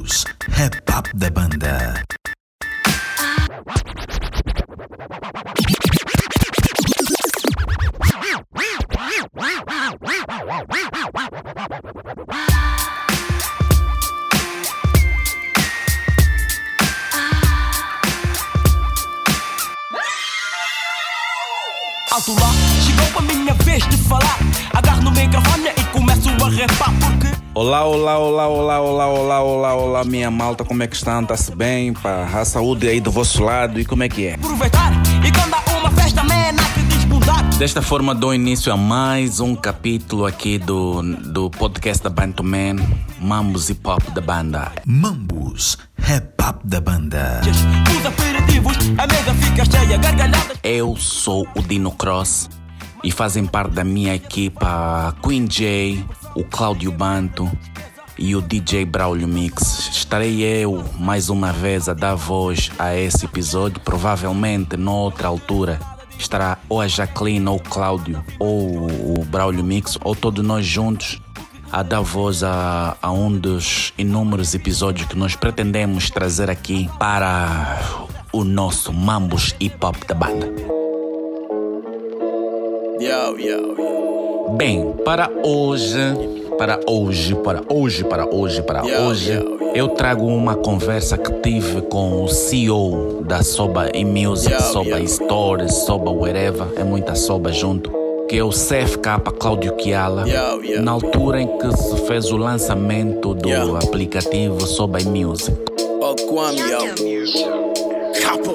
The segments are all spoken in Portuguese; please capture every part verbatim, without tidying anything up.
Mambus, Rap Up da banda. Alto lá, chegou a minha vez de falar. Agarro no microfone e começo a repar porque... Olá, olá, olá, olá, olá, olá, olá, olá, minha malta, como é que estão? Está-se bem? Pá, a saúde aí do vosso lado e como é que é? Aproveitar e quando há uma festa, mena que disputar. Desta forma dou início a mais um capítulo aqui do, do podcast da Bantu Man, Mambus Hip Hop da banda. Mambus, Rap Up da banda. Os aperitivos, a mesa fica cheia, gargalhadas. Eu sou o Dino Cross e fazem parte da minha equipa Queen J, o Cláudio Banto e o D J Braulio Mix. Estarei eu mais uma vez a dar voz a esse episódio. Provavelmente noutra altura estará ou a Jacqueline ou o Cláudio ou o Braulio Mix ou todos nós juntos a dar voz a, a um dos inúmeros episódios que nós pretendemos trazer aqui para o nosso Mambus Hip Hop da banda. Yo, yo, yo. Bem, para hoje, para hoje, para hoje, para hoje, para Yo, hoje, yo, yo. eu trago uma conversa que tive com o C E O da Soba e Music, Yo, Soba yo. Stories, Soba Wherever, é muita Soba junto, que é o C F K Cláudio Kiala, Yo, yo. na altura em que se fez o lançamento do Yo. aplicativo Soba e Music. Oh, Guam, yo. Capo.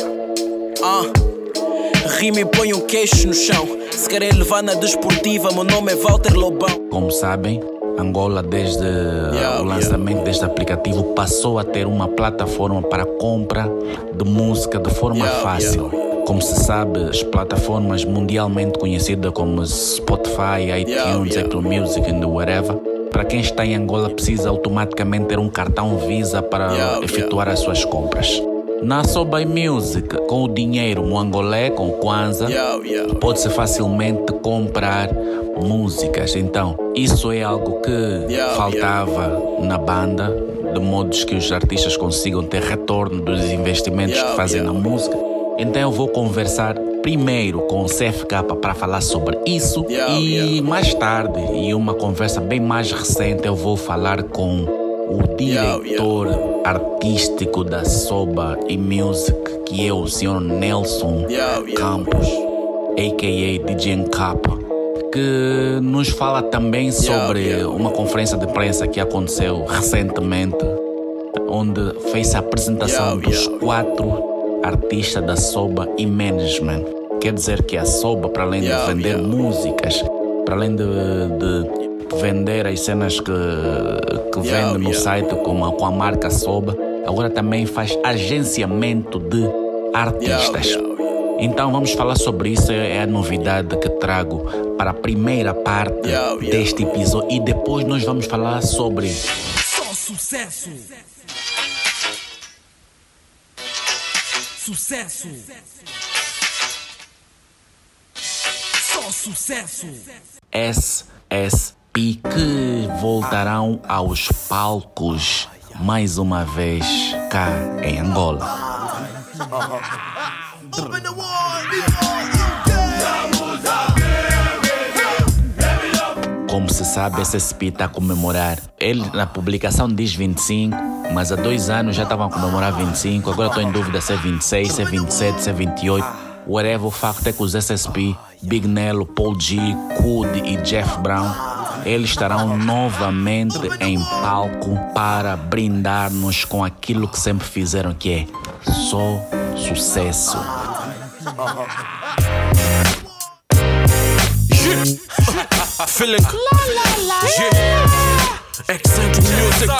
Ah. Rima e põe um queixo no chão. Se querem levar na desportiva, meu nome é Walter Lobão. Como sabem, Angola, desde Yeah, o lançamento deste aplicativo, passou a ter uma plataforma para compra de música de forma Yeah, fácil. yeah. Como se sabe, as plataformas mundialmente conhecidas como Spotify, iTunes, Yeah, yeah. Apple Music and whatever, para quem está em Angola precisa automaticamente ter um cartão Visa para Yeah, efetuar as suas compras. Na Soba Music, com o dinheiro moangolé, com o Kwanza, Yo, yo. pode-se facilmente comprar músicas. Então, isso é algo que Yeah, faltava na banda, de modos que os artistas consigam ter retorno dos investimentos Yeah, que fazem yeah. na música. Então eu vou conversar primeiro com o C F K para falar sobre isso Yeah, e yeah. mais tarde, em uma conversa bem mais recente, eu vou falar com o diretor artístico da Soba e Music, que é o senhor Nelson Yeah, yeah. Campos, a k a. D J Nkapa, que nos fala também sobre Yeah, yeah. uma conferência de imprensa que aconteceu recentemente, onde fez a apresentação Yeah, dos yeah. quatro artistas da Soba e Management. Quer dizer que a Soba, para além Yeah, de vender yeah. músicas, para além de, de vender as cenas que, que Yeah, vende no yeah. site com a, com a marca Soba, agora também faz agenciamento de artistas. Yeah, yeah, yeah. Então vamos falar sobre isso, é a novidade que trago para a primeira parte Yeah, yeah. deste episódio e depois nós vamos falar sobre Só sucesso. Sucesso. Só sucesso. S S P, que voltarão aos palcos mais uma vez cá em Angola. Como se sabe, S S P está a comemorar. Ele na publicação diz vinte e cinco, mas há dois anos já estavam a comemorar vinte e cinco. Agora estou em dúvida se é vinte e seis, se é vinte e sete, se é vinte e oito. Whatever, o facto é que os S S P, Big Nelo, Paul G, Kud e Jeff Brown, eles estarão novamente em palco para brindar-nos com aquilo que sempre fizeram, que é só sucesso. Feeling. Eccentric music.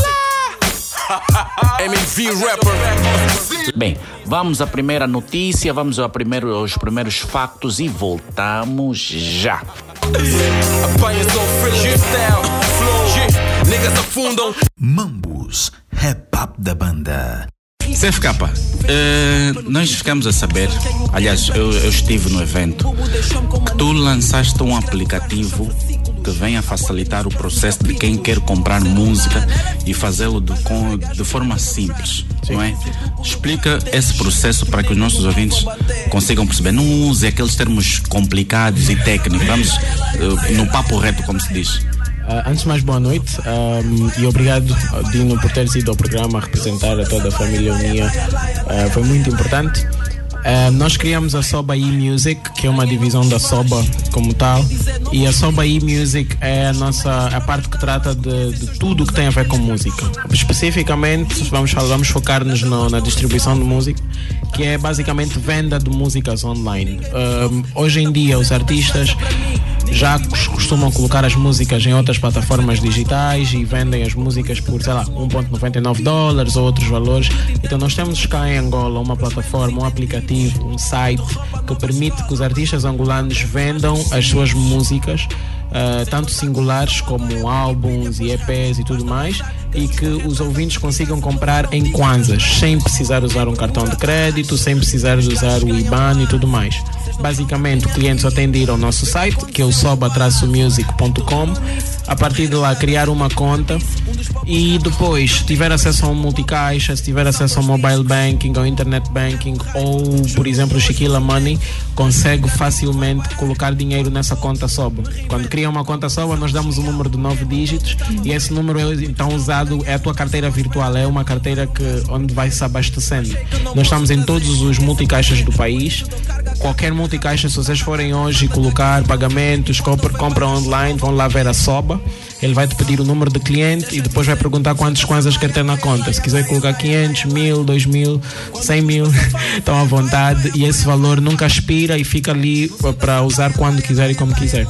M V rapper. Bem, vamos à primeira notícia, vamos ao primeiro, aos primeiros factos e voltamos já. Apanha só freestyle. Flow. Niggas afundam. Mambus, Rap Up da banda. C F K, eh, nós ficamos a saber, aliás, eu, eu estive no evento, que tu lançaste um aplicativo que vem a facilitar o processo de quem quer comprar música e fazê-lo de, com, de forma simples, sim, não é? Explica esse processo para que os nossos ouvintes consigam perceber. Não use aqueles termos complicados e técnicos. Vamos uh, no papo reto, como se diz. Uh, antes de mais, boa noite um, e obrigado, Dino, por teres ido ao programa a representar a toda a família Unia. Uh, foi muito importante. Uh, nós criamos a Soba E-Music, que é uma divisão da Soba como tal, e a Soba E-Music é a nossa a parte que trata de, de tudo que tem a ver com música. Especificamente vamos, vamos focar-nos no, na distribuição de música, que é basicamente venda de músicas online. Uh, hoje em dia os artistas já costumam colocar as músicas em outras plataformas digitais e vendem as músicas por, sei lá, um vírgula noventa e nove dólares ou outros valores. Então nós temos cá em Angola uma plataforma, um aplicativo, um site que permite que os artistas angolanos vendam as suas músicas, uh, tanto singulares como álbuns e E Pês e tudo mais, e que os ouvintes consigam comprar em kwanzas, sem precisar usar um cartão de crédito, sem precisar de usar o I B A N e tudo mais. Basicamente, o cliente só tem de ir ao nosso site, que é o soba music ponto com. A partir de lá, criar uma conta e depois, se tiver acesso a um multicaixa, se tiver acesso ao mobile banking, ao internet banking ou, por exemplo, o Shaquilla Money, consegue facilmente colocar dinheiro nessa conta Soba. Quando cria uma conta Soba, nós damos um número de nove dígitos e esse número é então usado, é a tua carteira virtual, é uma carteira que, onde vai se abastecendo. Nós estamos em todos os multicaixas do país. Qualquer multicaixa, se vocês forem hoje colocar pagamentos, compra, compra online, vão lá ver a Soba. Ele vai te pedir o número de cliente e depois vai perguntar quantos kwanzas quer ter na conta. Se quiser colocar quinhentos, mil, dois mil, cem mil, estão à vontade, e esse valor nunca expira e fica ali para usar quando quiser e como quiser.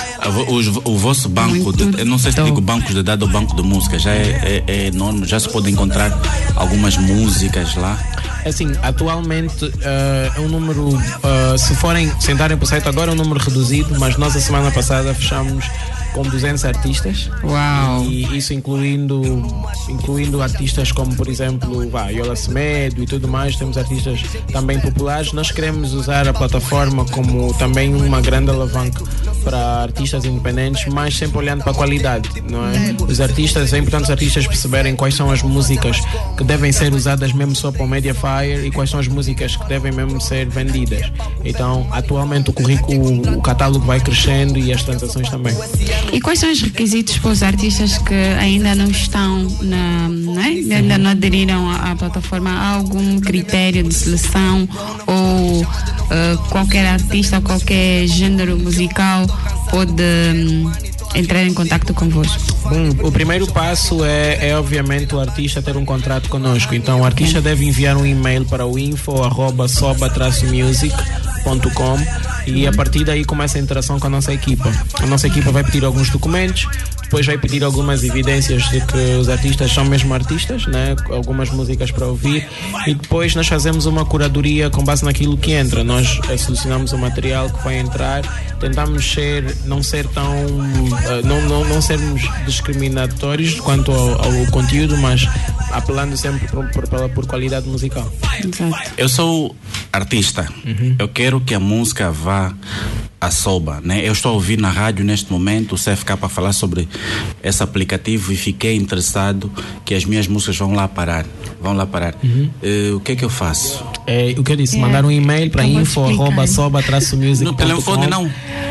O, o vosso banco, de, eu não sei se digo banco de dados ou banco de música, já é, é, é enorme, já se pode encontrar algumas músicas lá. Assim, atualmente uh, é um número, uh, se forem sentarem para o site agora é um número reduzido, mas nós a semana passada fechamos com duzentos artistas. Uau! E isso incluindo, incluindo artistas como, por exemplo, vá, Yola Semedo e tudo mais. Temos artistas também populares. Nós queremos usar a plataforma como também uma grande alavanca para artistas independentes, mas sempre olhando para a qualidade, não é? Os artistas, é importante os artistas perceberem quais são as músicas que devem ser usadas mesmo só para o Mediafire e quais são as músicas que devem mesmo ser vendidas. Então, atualmente o currículo, o catálogo vai crescendo e as transações também. E quais são os requisitos para os artistas que ainda não estão na, né? ainda não aderiram à, à plataforma? Há algum critério de seleção ou uh, qualquer artista, qualquer gênero musical pode um, entrar em contato convosco? Bom, o primeiro passo é, é obviamente o artista ter um contrato conosco. Então o artista deve enviar um e-mail para o info arroba soba music ponto com e a partir daí começa a interação com a nossa equipa. A nossa equipa vai pedir alguns documentos, depois vai pedir algumas evidências de que os artistas são mesmo artistas, né? Algumas músicas para ouvir, e depois nós fazemos uma curadoria com base naquilo que entra. Nós eh, selecionamos o material que vai entrar, tentamos ser, não ser tão uh, não, não, não sermos discriminatórios quanto ao, ao conteúdo, mas apelando sempre por, por, por, por qualidade musical. Exato. Eu sou artista, uhum. Eu quero que a música vá à Soba, né? Eu estou a ouvir na rádio neste momento o C F K para falar sobre esse aplicativo e fiquei interessado que as minhas músicas vão lá parar, vão lá parar. Uhum. Uh, o que é que eu faço? É, o que eu disse, é, mandar um e-mail para info arroba soba music ponto com. No telefone não.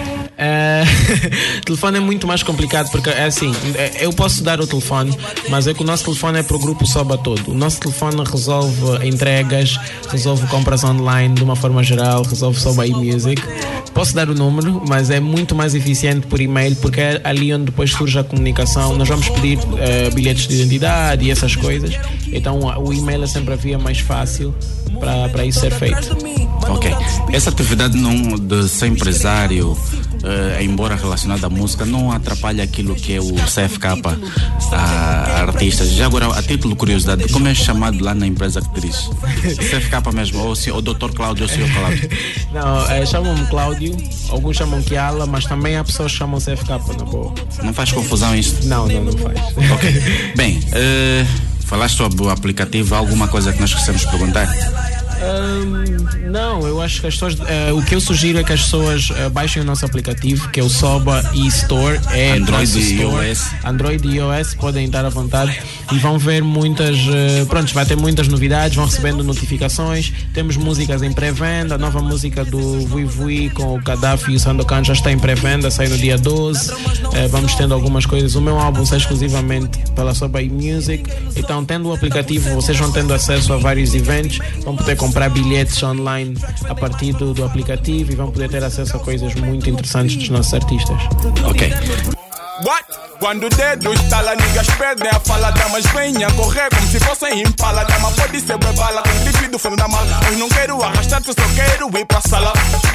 Uh, telefone é muito mais complicado porque é assim, eu posso dar o telefone, mas é que o nosso telefone é para o grupo Soba todo. O nosso telefone resolve entregas, resolve compras online de uma forma geral, resolve Soba E-Music. Posso dar o número, mas é muito mais eficiente por e-mail porque é ali onde depois surge a comunicação. Nós vamos pedir uh, bilhetes de identidade e essas coisas, então o e-mail é sempre a via mais fácil para, para isso ser feito. Ok. Essa atividade não, de ser empresário, Uh, embora relacionado à música, não atrapalha aquilo que é o C F K a artistas. Já agora, a título de curiosidade, como é chamado lá na empresa que dirige? C F K mesmo, ou o, o doutor Cláudio ou o senhor Cláudio? Não, é, chamam-me Cláudio, alguns chamam Kiala, mas também há pessoas que chamam C F K, na boa. Não faz confusão isto? Não, não, não faz. Ok. Bem, uh, falaste sobre o aplicativo, alguma coisa que nós queremos perguntar? Um, não, eu acho que as pessoas. Uh, o que eu sugiro é que as pessoas uh, baixem o nosso aplicativo, que é o Soba e-Store. É Android e Store, iOS. Android e iOS, podem estar à vontade e vão ver muitas. Uh, pronto, vai ter muitas novidades, vão recebendo notificações. Temos músicas em pré-venda. A nova música do Vui Vui com o Gaddafi e o Sandokan já está em pré-venda, sai no dia doze. Uh, vamos tendo algumas coisas. O meu álbum sai exclusivamente pela Soba e-Music. Então, tendo o aplicativo, vocês vão tendo acesso a vários eventos, vão poder comprar bilhetes online a partir do, do aplicativo e vão poder ter acesso a coisas muito interessantes dos nossos artistas. Ok. What? Quando o dedo estala, niggas perdem a fala. Damas venham a correr como se fossem impala. Dama pode ser bala, com grife do fundo da mala. Hoje não quero arrastar-te, só quero ir pra sala.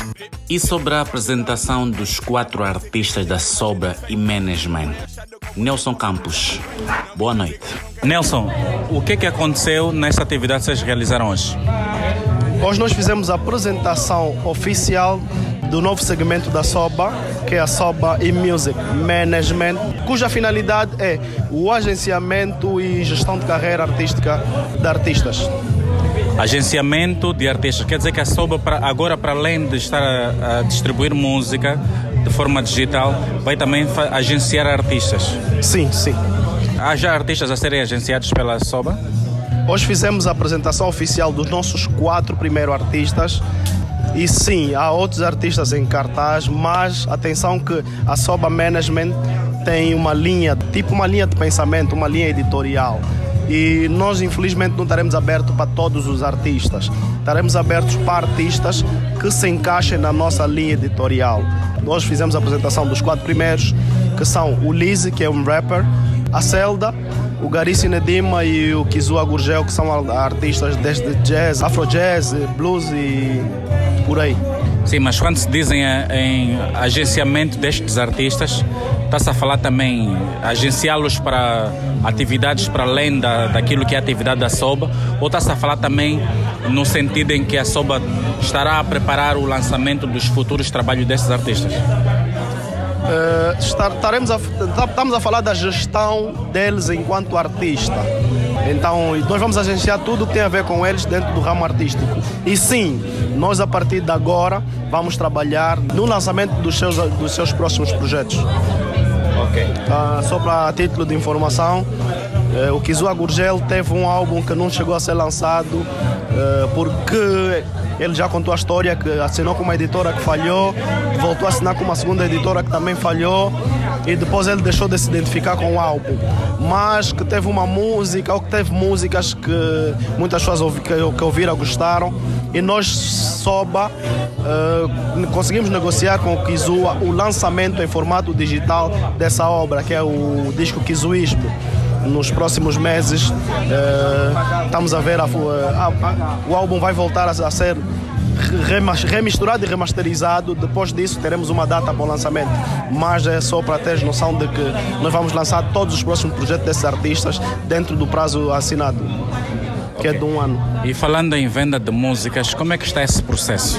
E sobre a apresentação dos quatro artistas da Sobra e Management? Nelson Campos, boa noite. Nelson, o que é que aconteceu nessa atividade que vocês realizaram hoje? Hoje nós fizemos a apresentação oficial do novo segmento da Soba, que é a Soba e-Music Management, cuja finalidade é o agenciamento e gestão de carreira artística de artistas. Agenciamento de artistas, quer dizer que a Soba agora, para além de estar a, a distribuir música de forma digital, vai também agenciar artistas? Sim, sim. Há já artistas a serem agenciados pela Soba? Hoje fizemos a apresentação oficial dos nossos quatro primeiros artistas. E sim, há outros artistas em cartaz, mas atenção que a Soba Management tem uma linha, tipo uma linha de pensamento, uma linha editorial. E nós infelizmente não estaremos abertos para todos os artistas. Estaremos abertos para artistas que se encaixem na nossa linha editorial. Nós fizemos a apresentação dos quatro primeiros, que são o Lizzy, que é um rapper, a Zelda, o Garissi Nedima e o Kizua Gurgel, que são artistas desde jazz, afro-jazz, blues e por aí. Sim, mas quando se dizem em agenciamento destes artistas, está-se a falar também agenciá-los para atividades para além da, daquilo que é a atividade da Soba, ou está-se a falar também no sentido em que a Soba estará a preparar o lançamento dos futuros trabalhos destes artistas? Uh, estaremos a, estamos a falar da gestão deles enquanto artista. Então, nós vamos agenciar tudo o que tem a ver com eles dentro do ramo artístico. E sim, nós a partir de agora vamos trabalhar no lançamento dos seus, dos seus próximos projetos. Ok. Uh, só para título de informação, uh, o Kizua Gurgel teve um álbum que não chegou a ser lançado uh, porque ele já contou a história que assinou com uma editora que falhou, voltou a assinar com uma segunda editora que também falhou e depois ele deixou de se identificar com o álbum. Mas que teve uma música, ou que teve músicas que muitas pessoas ouvi, que, que ouviram gostaram, e nós, Soba, uh, conseguimos negociar com o Kizua o lançamento em formato digital dessa obra, que é o disco Kizuismo. Nos próximos meses, uh, estamos a ver, a, a, a, o álbum vai voltar a, a ser remisturado e remasterizado. Depois disso teremos uma data para o lançamento, mas é só para ter noção de que nós vamos lançar todos os próximos projetos desses artistas dentro do prazo assinado, que okay. é de um ano. E falando em venda de músicas, como é que está esse processo?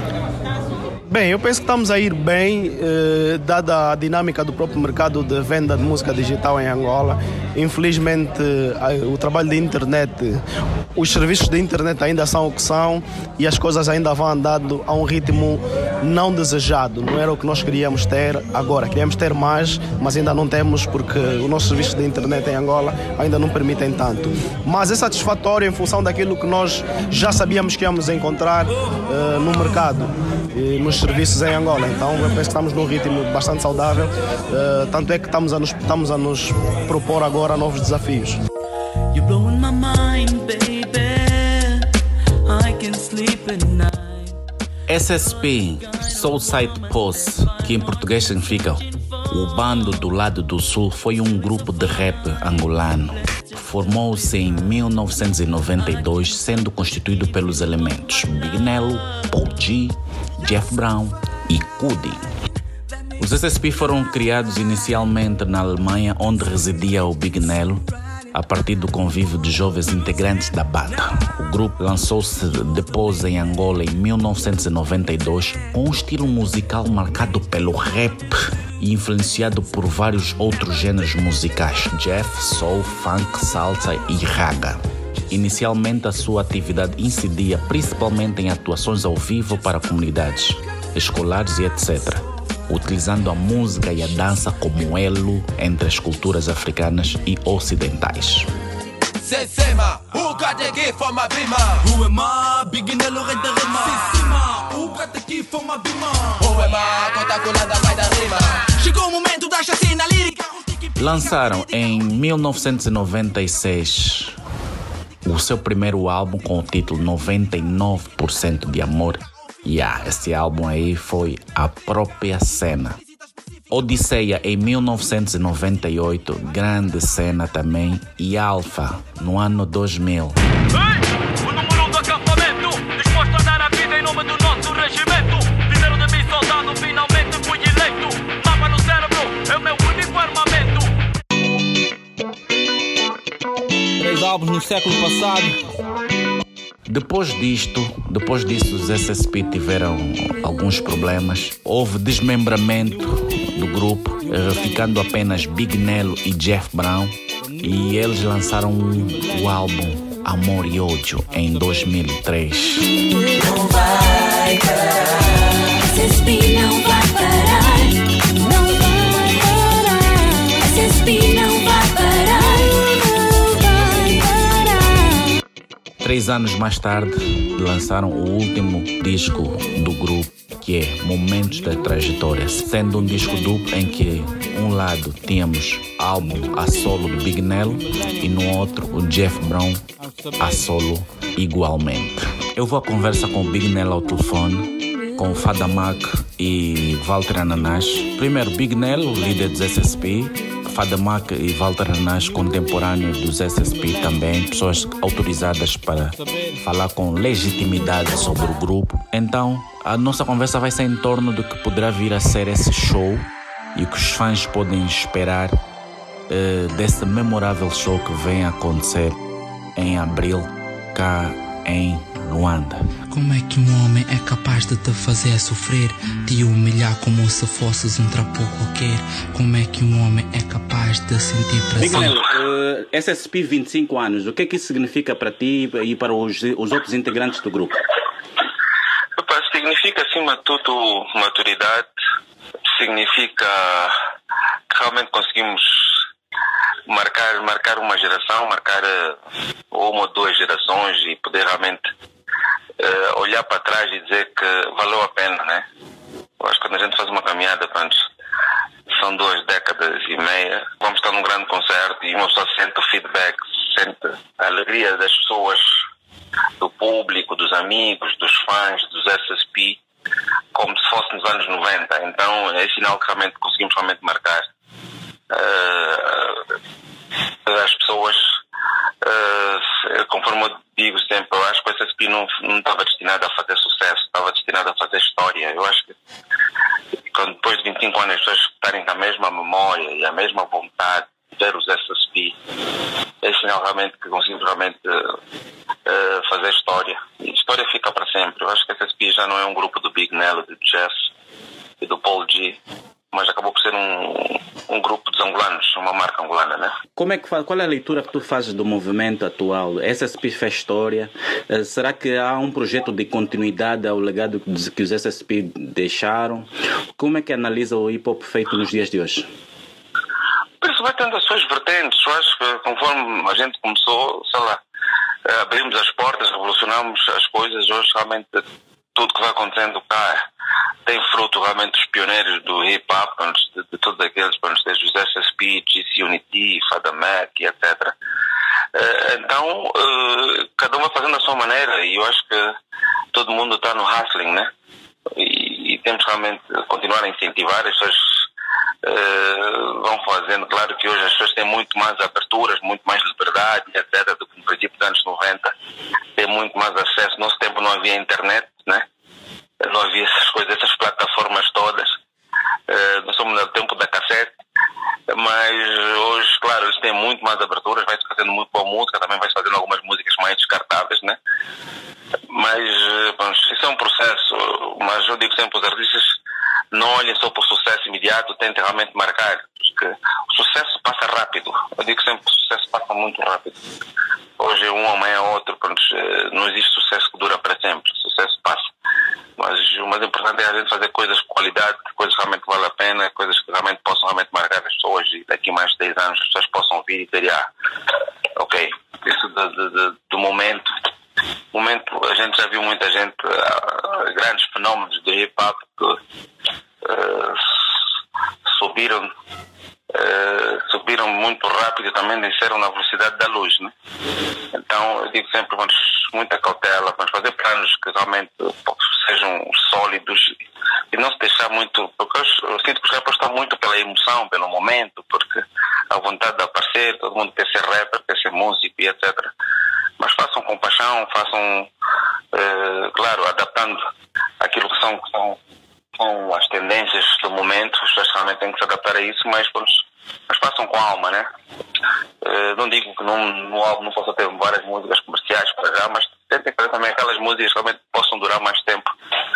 Bem, eu penso que estamos a ir bem, eh, dada a dinâmica do próprio mercado de venda de música digital em Angola. Infelizmente, eh, o trabalho de internet, os serviços de internet ainda são o que são e as coisas ainda vão andando a um ritmo não desejado. Não era o que nós queríamos ter agora. Queríamos ter mais, mas ainda não temos porque os nossos serviços de internet em Angola ainda não permitem tanto. Mas é satisfatório em função daquilo que nós já sabíamos que íamos encontrar eh, no mercado e nos serviços em Angola. Então eu penso que estamos num ritmo bastante saudável, uh, tanto é que estamos a, nos, estamos a nos propor agora novos desafios. S S P, Soulside Pose, que em português significa o Bando do Lado do Sul, foi um grupo de rap angolano. Formou-se em mil novecentos e noventa e dois, sendo constituído pelos elementos Big Nelo, Paul G, Jeff Brown e Kudi. Os S S P foram criados inicialmente na Alemanha, onde residia o Big Nelo, a partir do convívio de jovens integrantes da banda. O grupo lançou-se depois em Angola em mil novecentos e noventa e dois, com um estilo musical marcado pelo rap e influenciado por vários outros gêneros musicais: Jeff, Soul, Funk, Salsa e Raga. Inicialmente, a sua atividade incidia principalmente em atuações ao vivo para comunidades escolares e etcétera, utilizando a música e a dança como elo entre as culturas africanas e ocidentais. Sesema, who got the gift for my bima? Who am I? Big Nelo rei da rima. Sesema, who got the gift for my bima? Who am I? Conta colada vai da rima. Chegou o momento da chacina lírica. Lançaram em mil novecentos e noventa e seis o seu primeiro álbum com o título noventa e nove por cento de Amor. E yeah, esse álbum aí foi a própria cena. Odisseia em mil novecentos e noventa e oito, grande cena também, e Alfa no ano dois mil. Ei, o número um do acampamento, disposto a dar a vida em nome do nosso regimento. Fizeram de mim soldado, finalmente fui eleito. Mapa no cérebro, é o meu único armamento. Três álbuns no século passado. Depois disto, depois disso, os S S P tiveram alguns problemas. Houve desmembramento do grupo, ficando apenas Big Nelo e Jeff Brown. E eles lançaram o álbum Amor e Ódio em dois mil e três. Não vai parar, S S P não vai parar, não vai parar, S S P não vai parar. Três anos mais tarde, lançaram o último disco do grupo, que é Momentos da Trajetória, sendo um disco duplo em que, um lado, tínhamos álbum a solo do Big Nelo e no outro, o Jeff Brown a solo igualmente. Eu vou à conversa com o Big Nelo ao telefone, com o Fada Mac e Walter Ananás. Primeiro, Big Nelo, líder dos S S P, Fada Mac e Walter Ananás, contemporâneos dos S S P também, pessoas autorizadas para falar com legitimidade sobre o grupo. Então, a nossa conversa vai ser em torno do que poderá vir a ser esse show e o que os fãs podem esperar uh, desse memorável show que vem a acontecer em abril, cá em Luanda. Como é que um homem é capaz de te fazer sofrer, te humilhar como se fosses um trapo qualquer? Como é que um homem é capaz de sentir prazer? Big Nelo, uh, S S P vinte e cinco anos, o que é que isso significa para ti e para os, os outros integrantes do grupo? Opa, significa acima de tudo maturidade, significa que realmente conseguimos marcar, marcar uma geração, marcar uh, uma ou duas gerações e poder realmente uh, olhar para trás e dizer que valeu a pena, né? Eu acho que quando a gente faz uma caminhada, pronto, são duas décadas e meia, vamos estar num grande concerto e uma pessoa sente o feedback, sente a alegria das pessoas, do público, dos amigos, dos fãs, dos S S P, como se fosse nos anos noventa. Então é sinal que realmente conseguimos realmente marcar Uh, as pessoas, uh, conforme eu digo sempre, eu acho que o S S P não, não estava destinado a fazer sucesso, estava destinado a fazer história. Eu acho que quando depois de vinte e cinco anos as pessoas estarem com a mesma memória e a mesma vontade de ver os S S P, é sinal realmente que conseguimos realmente uh, uh, fazer história. E a história fica para sempre. Eu acho que o S S P já não é um grupo do Big Nelo, do Jeff e do Paul G, mas acabou por ser um, um grupo dos angolanos, uma marca angolana, né? Como é que faz, qual é a leitura que tu fazes do movimento atual? S S P fez história. Uh, será que há um projeto de continuidade ao legado que os S S P deixaram? Como é que analisa o hip-hop feito nos dias de hoje? Isso vai tendo as suas vertentes. Eu acho que conforme a gente começou, sei lá, abrimos as portas, revolucionamos as coisas. Hoje realmente tudo que vai acontecendo cá tem fruto realmente dos pioneiros do hip-hop, de, de todos aqueles, desde os S S P, G C Unity, Fada Mac, etcétera. Então, cada um vai fazendo a sua maneira e eu acho que todo mundo está no hustling, né? E, e temos realmente que continuar a incentivar, as pessoas uh, vão fazendo. Claro que hoje as pessoas têm muito mais aberturas, muito mais liberdade, etcétera, do que no princípio dos anos noventa. Tem muito mais acesso. No nosso tempo não havia internet, né? Não havia essas coisas, essas plataformas todas. Uh, nós somos no tempo da cassete, mas hoje, claro, eles têm muito mais aberturas, vai-se fazendo muito boa música, também vai-se fazendo algumas músicas mais descartáveis, né? Mas, bom, isso é um processo, mas eu digo sempre aos artistas, não olhem só para o sucesso imediato, tentem realmente marcar, porque o sucesso passa rápido. Eu digo sempre que o sucesso passa muito rápido. hoje é um, amanhã é outro, pronto, não existe sucesso que dura para sempre, o sucesso passa. Mas o mais importante é a gente fazer coisas de qualidade, coisas que realmente valem a pena, coisas que realmente possam realmente marcar as pessoas e daqui a mais de dez anos as pessoas possam vir e ter, ah, ok, isso de, de, de, do momento, momento, a gente já viu muita gente, uh, grandes fenómenos de hip-hop que uh, subiram, uh, subiram muito rápido e também desceram na velocidade da luz, né? Então, eu digo sempre, vamos muita cautela, vamos fazer planos que realmente sejam sólidos e não se deixar muito, porque eu, eu sinto que os rappers estão muito pela emoção, pelo momento, porque a vontade de aparecer, todo mundo quer ser rapper, quer ser músico e etcétera. Mas façam com paixão, façam, eh, claro, adaptando aquilo que são, que são, são as tendências do momento, as pessoas realmente têm que se adaptar a isso, mas, mas façam com alma, né? Eh, não digo que não, no álbum não possa ter várias músicas comerciais para já, mas tentem fazer também aquelas músicas que realmente possam durar mais tempo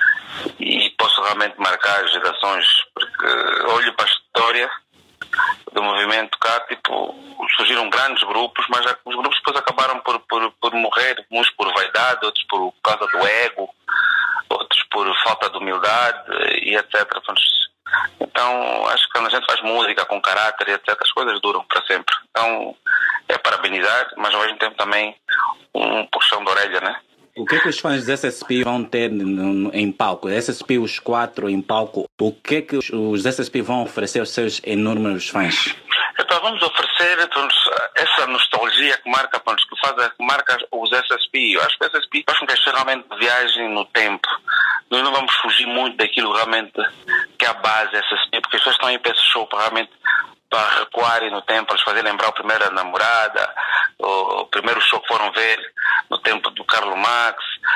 e possam realmente marcar gerações, porque olho para a história do movimento cá, tipo, surgiram grandes grupos, mas os grupos depois acabaram por, por, por morrer, uns por vaidade, outros por causa do ego, outros por falta de humildade e etcétera. Então, acho que quando a gente faz música com caráter e etcétera, as coisas duram para sempre. Então, é parabenizar, mas ao mesmo tempo também um puxão de orelha, né? O que é que os fãs do S S P vão ter em palco? S S P, os quatro em palco, o que é que os S S P vão oferecer aos seus enormes fãs? Então, vamos oferecer então, essa nostalgia que marca, que faz, que marca os S S P. Eu acho que os S S P faz com que as pessoas realmente viajem no tempo. Nós não vamos fugir muito daquilo realmente que é a base S S P, porque as pessoas estão aí para esse show para realmente para recuarem no tempo, para lhes fazer lembrar a primeira namorada, o primeiro show que foram ver no tempo do Carlo Max,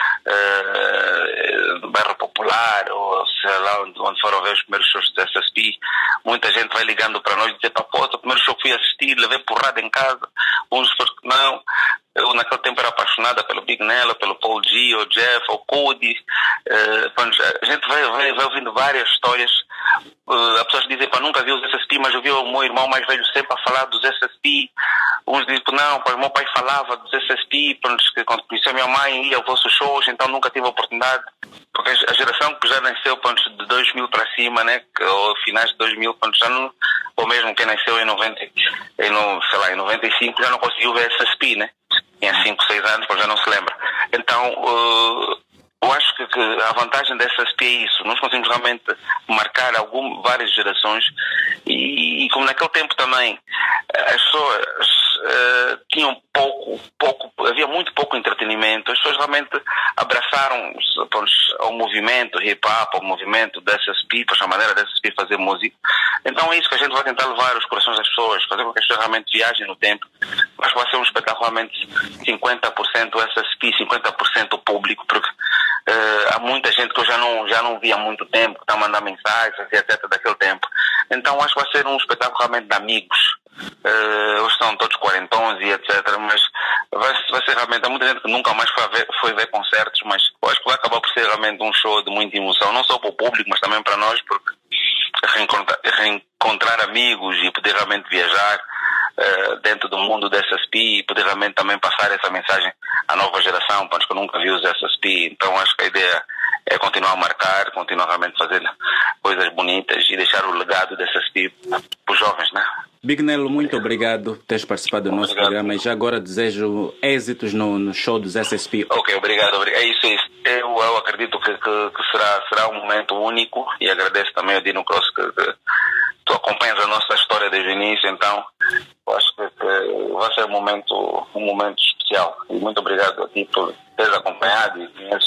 uh, do Bairro Popular, ou sei lá, onde, onde foram ver os primeiros shows do S S P. Muita gente vai ligando para nós e dizer, pô, o primeiro show que fui assistir, levei porrada em casa. Uns foram que não. Eu naquele tempo era apaixonada pelo Big Nella, pelo Paul G, o Jeff, o Cody. Uh, a gente vai, vai, vai ouvindo várias histórias. Uh, as pessoas dizem, pá, nunca vi os S S P, mas eu vi o meu irmão mais velho sempre a falar dos S S P. Uns dizem, não, pá, o meu pai falava dos S S P, que quando conheci a minha mãe ia aos vossos shows, então nunca tive a oportunidade. Porque a geração que já nasceu de dois mil para cima, né, ou finais de dois mil, já não, ou mesmo quem nasceu em noventa, em, no, sei lá, em noventa e cinco já não conseguiu ver S S P, né? Tinha cinco, seis anos, já não se lembra. Então, uh, eu acho que, que a vantagem da S S P é isso. Nós conseguimos realmente marcar algum, várias gerações e, e como naquele tempo também as pessoas uh, tinham pouco, pouco, havia muito pouco entretenimento, as pessoas realmente abraçaram ao movimento hip-hop, ao movimento da S S P, a maneira da S S P fazer música. Então é isso que a gente vai tentar levar os corações das pessoas, fazer com que as pessoas realmente viajem no tempo. Acho que vai ser um espetáculo realmente cinquenta por cento S S P, cinquenta por cento público, porque uh, há muita gente que eu já não, já não vi há muito tempo, que está a mandar mensagens, etcétera, daquele tempo. Então acho que vai ser um espetáculo realmente de amigos. Uh, hoje são todos quarentões e etcétera, mas vai, vai ser realmente, há muita gente que nunca mais foi ver, foi ver concertos, mas eu acho que vai acabar por ser realmente um show de muita emoção, não só para o público, mas também para nós, porque reencontrar, reencontrar amigos e poder realmente viajar uh, dentro do mundo da S S P e poder realmente também passar essa mensagem à nova geração, para os que nunca viu os S S P. Então acho que a ideia é continuar a marcar, continuar realmente a fazer coisas bonitas e deixar o legado da S S P para os jovens, né? Big Nelo, muito obrigado por teres participado do nosso obrigado. programa e já agora desejo êxitos no, no show dos S S P. Ok, obrigado, obrigado. É isso, é isso. Eu, eu acredito que, que, que será, será um momento único e agradeço também ao Dino Cross que, que tu acompanhas a nossa história desde o início, então eu acho que, que vai ser um momento, um momento especial. E muito obrigado a ti por teres acompanhado e conheces,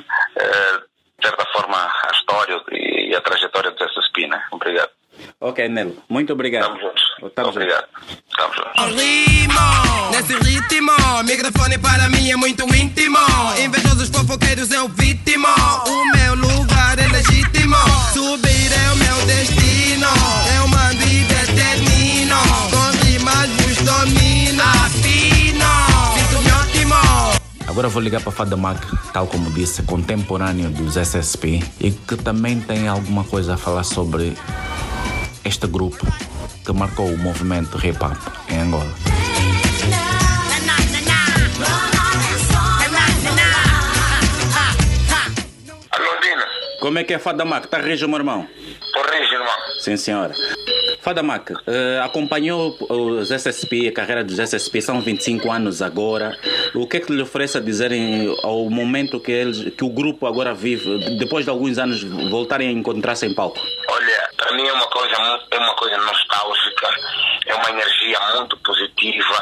eh, de certa forma, a história e, e a trajetória dos S S P, né? Obrigado. Ok, Nelo. Muito obrigado. Estamos juntos. Estamos obrigado. Juntos. Estamos juntos. Rimo, nesse ritmo, microfone para mim é muito íntimo. Invejosos fofoqueiros é o vítima. O meu lugar é legítimo. Subir é o meu destino. Eu mando e determino. Com rimas vos domino. Afino, sinto-me ótimo. Agora vou ligar para Fada Mac, tal como disse, contemporâneo dos S S P e que também tem alguma coisa a falar sobre este grupo que marcou o movimento hip-hop em Angola. Como é que é, Fada Mac? Tá rijo, meu irmão? Tô rijo, irmão. Sim, senhora. Fada Mac, uh, acompanhou os S S P, a carreira dos S S P, são vinte e cinco anos agora. O que é que lhe oferece a dizer em, ao momento que, eles, que o grupo agora vive, depois de alguns anos voltarem a encontrar-se em palco? Olha, para mim é uma coisa, é uma coisa nostálgica, é uma energia muito positiva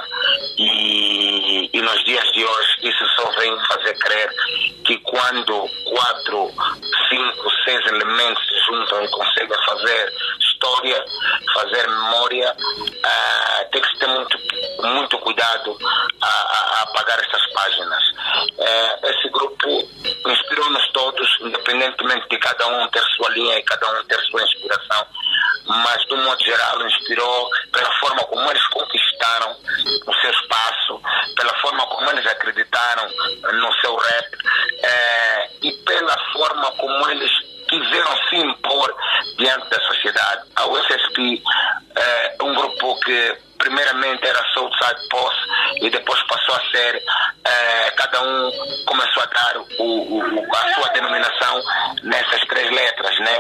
e, e nos dias de hoje isso só vem fazer crer que quando quatro, cinco, seis elementos se juntam e conseguem fazer história, fazer memória, uh, tem que se ter muito, muito cuidado a, a, a apagar estas páginas. Uh, esse grupo inspirou-nos todos, independentemente de cada um ter sua linha e cada um ter sua inspiração, mas de um modo geral inspirou pela forma como eles conquistaram o seu espaço, pela forma como eles acreditaram no seu rap uh, e pela forma como eles quiseram se impor diante da sociedade. A U S S P é um grupo que primeiramente era Southside Posse e depois passou a ser, é, cada um começou a dar o, o, a sua denominação nessas três letras, né?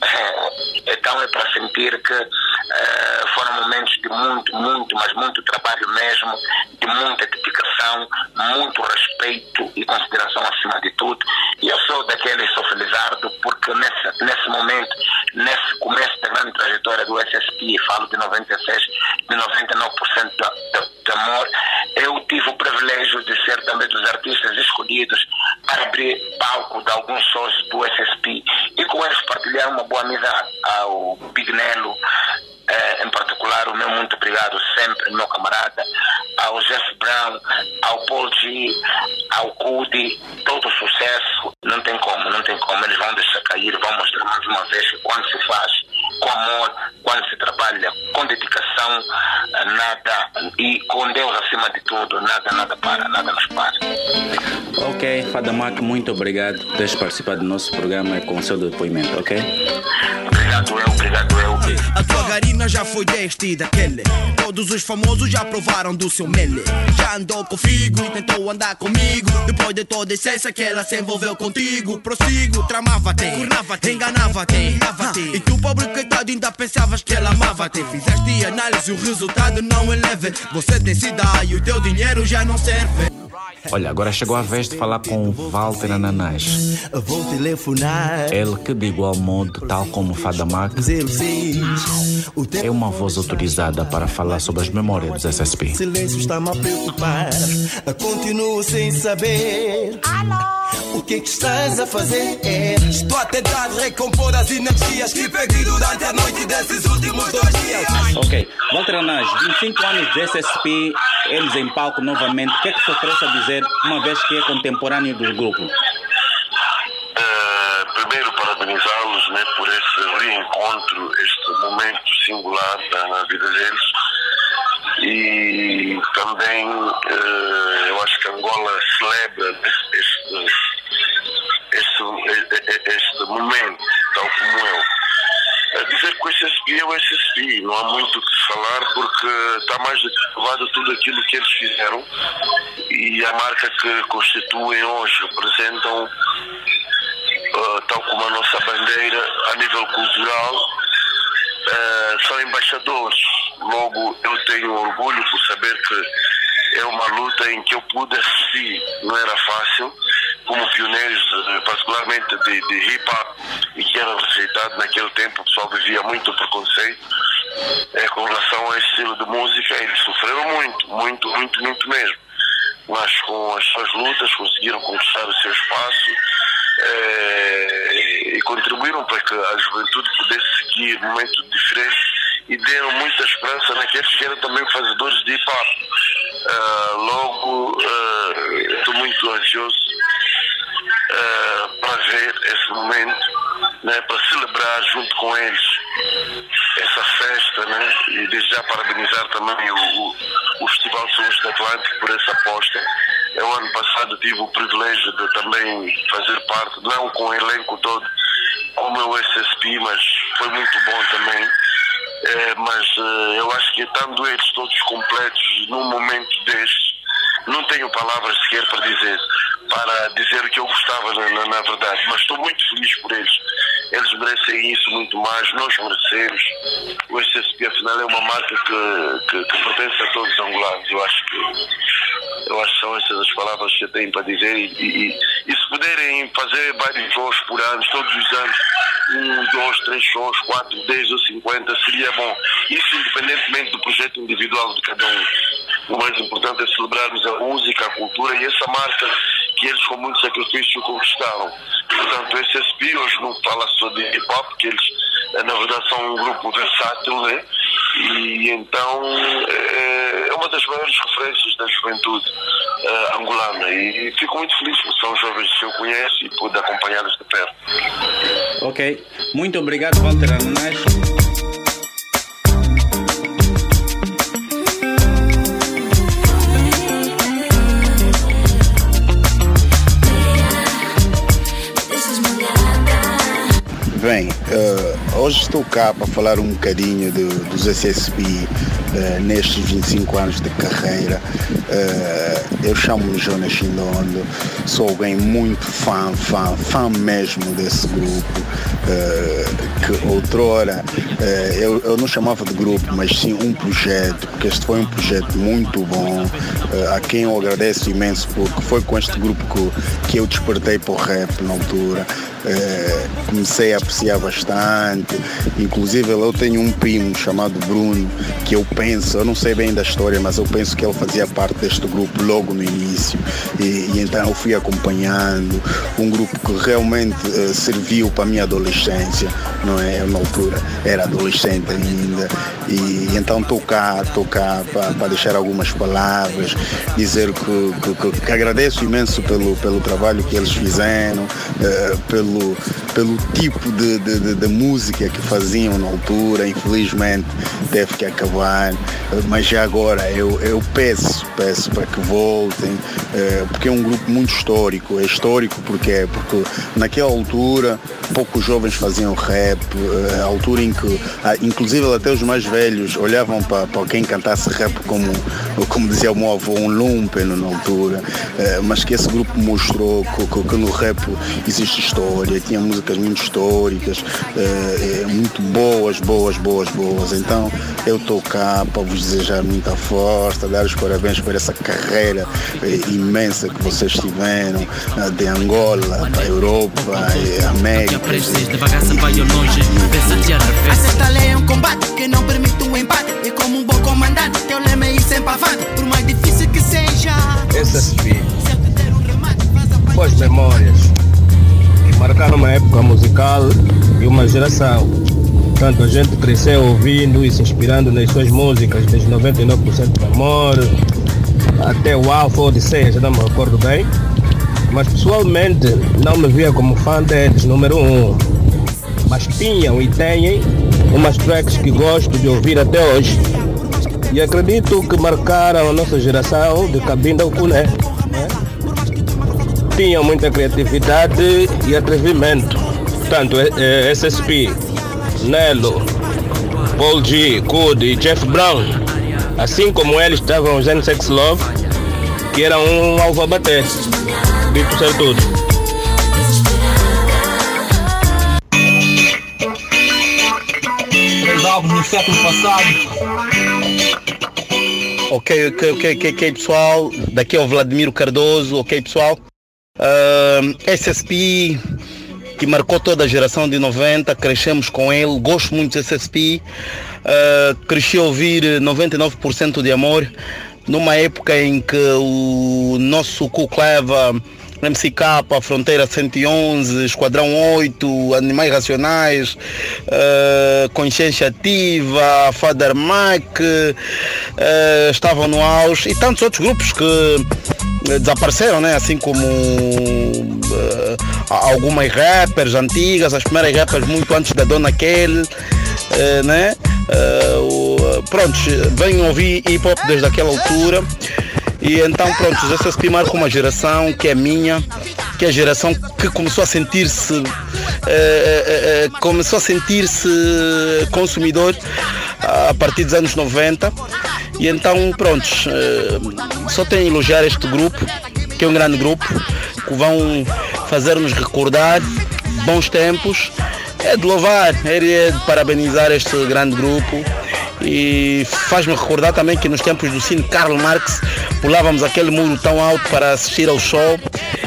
É, então é para sentir que é, foram momentos de muito, muito, mas muito trabalho mesmo, de muita dedicação, muito respeito e consideração acima de tudo. E eu sou daquele, sou felizardo, porque nesse, nesse momento, nesse começo da grande trajetória do S S P, falo de noventa e seis, de noventa e nove por cento de, de, de amor, eu tive o privilégio de ser também dos artistas escolhidos para abrir palco de alguns shows do S S P e com eles partilhar uma boa amizade. Ao Big Nelo, eh, em particular, o meu muito obrigado sempre, meu camarada, ao Jeff Brown, ao Paul G, ao Cudi, todo o sucesso. Não tem como, não tem como, eles vão deixar cair, vão mostrar mais uma vez que quando se faz com amor, quando se trabalha com dedicação, nada, e com Deus acima de tudo, nada, nada para, nada nos para. Ok, Fada Mac, muito obrigado por teres participado do nosso programa e com o seu depoimento, ok? Obrigado eu, obrigado eu. A tua garina já foi deste e daquele. Todos os famosos já provaram do seu mele. Já andou com Figo e tentou andar comigo. Depois de toda a essência que ela se envolveu contigo. Prossigo, tramava-te, curnava-te, enganava-te, enganava-te. E tu, pobre coitado, ainda pensavas que ela amava-te. Fizeste análise, o resultado não é leve. Você tem cidade e o teu dinheiro já não serve. Olha, agora chegou a vez de falar com o Walter Ananás. Vou telefonar. Ele que, de igual modo, tal como o Fada Mac, é uma voz autorizada para falar sobre as memórias dos S S P. Silêncio está-me a preocupar. Continuo sem saber o que é que estás a fazer. Estou a tentar recompor as energias que perdi durante a noite desses últimos dois dias. Ok, Walter Ananás, vinte e cinco anos de S S P, eles em palco novamente. O que é que se oferece a dizer, uma vez que é contemporâneo do grupo? Uh, primeiro, parabenizá-los, né, por esse reencontro, este momento singular da, na vida deles. E também, uh, eu acho que Angola celebra, né, este, este, este momento, tal como eu. A dizer que o S S P é o S S P, não há muito o que se falar, porque está mais do que provado tudo aquilo que eles fizeram e a marca que constituem hoje representam, uh, tal como a nossa bandeira, a nível cultural, uh, são embaixadores. Logo, eu tenho orgulho por saber que é uma luta em que eu pude assistir, não era fácil, como pioneiros, particularmente de, de hip-hop, e que era rejeitado naquele tempo, o pessoal vivia muito preconceito é, com relação a esse estilo de música. Eles sofreram muito, muito, muito, muito mesmo. Mas com as suas lutas conseguiram conquistar o seu espaço é, e contribuíram para que a juventude pudesse seguir momentos diferentes e deram muita esperança naqueles que eram também fazedores de hip-hop. Uh, logo, uh, estou muito ansioso uh, para ver esse momento, né, para celebrar junto com eles essa festa, né, e desde já parabenizar também o, o, o Festival de Sons do Atlântico por essa aposta. Eu, ano passado, tive o privilégio de também fazer parte, não com o elenco todo, como é o S S P, mas foi muito bom também. É, mas uh, eu acho que estando eles todos completos num momento deste, não tenho palavras sequer para dizer, para dizer o que eu gostava na, na, na verdade, mas estou muito feliz por eles. eles merecem isso muito mais, nós merecemos. O S S P afinal é uma marca que, que, que pertence a todos os angolanos. Eu acho que, eu acho que são essas as palavras que eu tenho para dizer e, e, e se puderem fazer vários shows por ano, todos os anos, um, dois, três shows, quatro, dez ou cinquenta, seria bom. Isso independentemente do projeto individual de cada um. O mais importante é celebrarmos a música, a cultura e essa marca que eles com muito sacrifício conquistaram. Portanto, o S S P hoje não fala só de hip-hop, que eles na verdade são um grupo versátil, né? E então é uma das maiores referências da juventude uh, angolana e fico muito feliz porque são jovens que eu conheço e pude acompanhá-los de perto. Ok, muito obrigado, Walter Aranás. Bem, uh, hoje estou cá para falar um bocadinho do, dos S S P uh, nestes vinte e cinco anos de carreira. Uh, eu chamo-me Jonas Chindondo, sou alguém muito fã, fã, fã mesmo desse grupo, uh, que outrora uh, eu, eu não chamava de grupo, mas sim um projeto, porque este foi um projeto muito bom, uh, a quem eu agradeço imenso, porque foi com este grupo que, que eu despertei para o rap na altura. Uh, comecei a apreciar bastante, inclusive eu tenho um primo chamado Bruno, que eu penso, eu não sei bem da história, mas eu penso que ele fazia parte deste grupo logo no início e, e então eu fui acompanhando um grupo que realmente uh, serviu para a minha adolescência, não é? Eu na altura era adolescente ainda e, e então estou cá, estou cá para, para deixar algumas palavras, dizer que, que, que, que agradeço imenso pelo, pelo trabalho que eles fizeram, uh, pelo Pelo, pelo tipo de, de, de, de música que faziam na altura. Infelizmente teve que acabar, mas já agora eu, eu peço, peço para que voltem, porque é um grupo muito histórico. É histórico porque, porque naquela altura poucos jovens faziam rap, a altura em que inclusive até os mais velhos olhavam para, para quem cantasse rap como, como dizia o meu avô, um lumpen na altura, mas que esse grupo mostrou que, que, que no rap existe história. Tinha músicas muito históricas, eh, muito boas, boas, boas, boas. Então eu estou cá para vos desejar muita força, dar os parabéns por essa carreira eh, imensa que vocês tiveram, eh, de Angola para a Europa, eh, América. Aceita a lei é um combate que não permite um empate. E como um bom comandante, teu lema é ir sempre avante, por mais difícil que seja. S S P, boas memórias. Marcaram uma época musical e uma geração. Portanto, a gente cresceu ouvindo e se inspirando nas suas músicas, desde noventa e nove por cento de Amor até o Alfa Odisseia, já não me recordo bem. Mas pessoalmente não me via como fã deles, número um. Mas tinham e têm umas tracks que gosto de ouvir até hoje. E acredito que marcaram a nossa geração de Cabinda ao Cuné. Tinham muita criatividade e atrevimento. Portanto, S S P, Nelo, Paul G, Kud e Jeff Brown, assim como eles estavam os N sex Love, que era um alvo a bater. Dito ser tudo. Três álbuns no século passado. Ok, ok, ok, ok, ok, pessoal. Daqui é o Vladimiro Cardoso, ok, pessoal. Uh, S S P, que marcou toda a geração de noventa, crescemos com ele, gosto muito de S S P, uh, cresci a ouvir noventa e nove por cento de Amor, numa época em que o nosso Cu Cleva, M C K, Fronteira cento e onze, Esquadrão oito, Animais Racionais, uh, Consciência Ativa, Father Mike, uh, estavam no auge, e tantos outros grupos que desapareceram, né? Assim como uh, algumas rappers antigas, as primeiras rappers muito antes da Dona Kelly, uh, né? Uh, pronto, venho ouvir hip hop desde aquela altura. E então pronto, os S S P marcam uma geração que é minha, que é a geração que começou a sentir-se uh, uh, uh, começou a sentir-se consumidor a partir dos anos noventa. E então pronto, uh, só tenho a elogiar este grupo, que é um grande grupo, que vão fazer-nos recordar bons tempos é de louvar, é de parabenizar este grande grupo. E faz-me recordar também que nos tempos do Cine Karl Marx pulávamos aquele muro tão alto para assistir ao show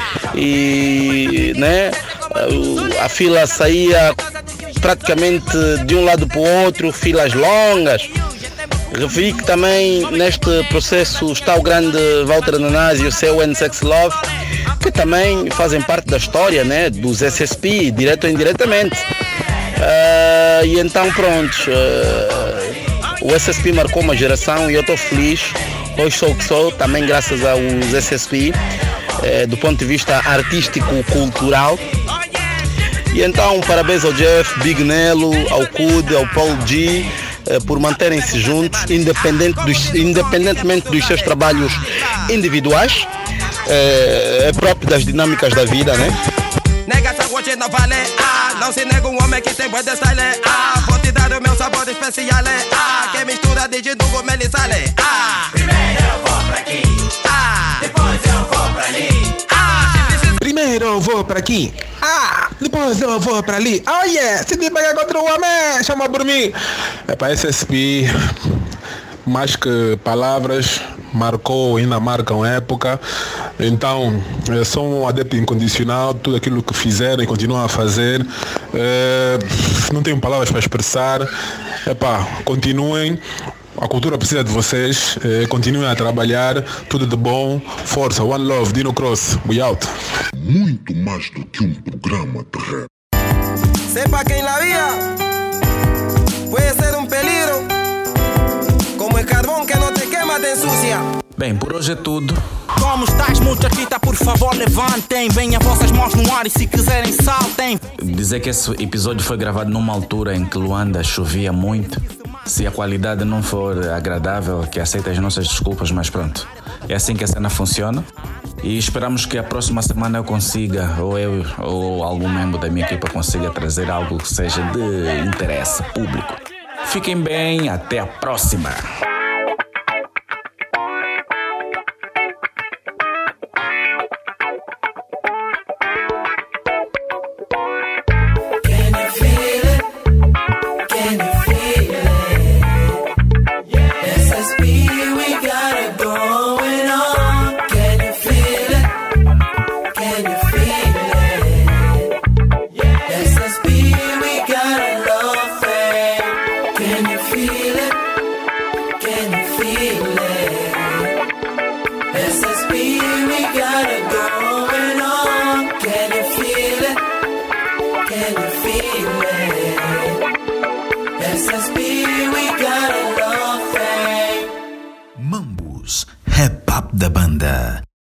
e, né, a fila saía praticamente de um lado para o outro, filas longas. Revi que também neste processo está o grande Walter Nanasi e o seu N Sex Love, que também fazem parte da história, né, dos S S P, direto ou indiretamente. Uh, e então pronto, uh, o S S P marcou uma geração e eu estou feliz. Hoje sou o que sou, também graças aos S S P, uh, do ponto de vista artístico-cultural. E então parabéns ao Jeff, Big Nelo, ao Kud, ao Paul G, uh, por manterem-se juntos, independente dos, independentemente dos seus trabalhos individuais. Uh, é próprio das dinâmicas da vida, né? Nega essa hoje não vale, ah. Não se nega um homem que tem bué de style, ah. Vou te dar o meu sabor especial, ah. Que mistura de Dugo Melissale, ah. Primeiro eu vou pra aqui, ah. Depois eu vou pra ali, ah. Primeiro eu vou pra aqui, ah. Depois eu vou pra ali, oh yeah. Se te pegar contra o homem, chama por mim. É pra S S P, mais que palavras, marcou, ainda marcam época. Então, é, sou um adepto incondicional, tudo aquilo que fizerem, continuam a fazer. É, não tenho palavras para expressar. Epá, continuem. A cultura precisa de vocês. É, continuem a trabalhar. Tudo de bom. Força, one love, Dino Cross. We out. Muito mais do que um programa de rap. Sepa que en la vida puede ser un peligro, como el carbón que no te quema te ensucia. Bem, por hoje é tudo. Como estás, muchachita, por favor levantem, venha vossas mãos no ar e se quiserem saltem. Dizer que esse episódio foi gravado numa altura em que Luanda chovia muito. Se a qualidade não for agradável, que aceite as nossas desculpas, mas pronto. É assim que a cena funciona. E esperamos que a próxima semana eu consiga, ou eu ou algum membro da minha equipa consiga trazer algo que seja de interesse público. Fiquem bem, até a próxima. Mambus, rap up da banda.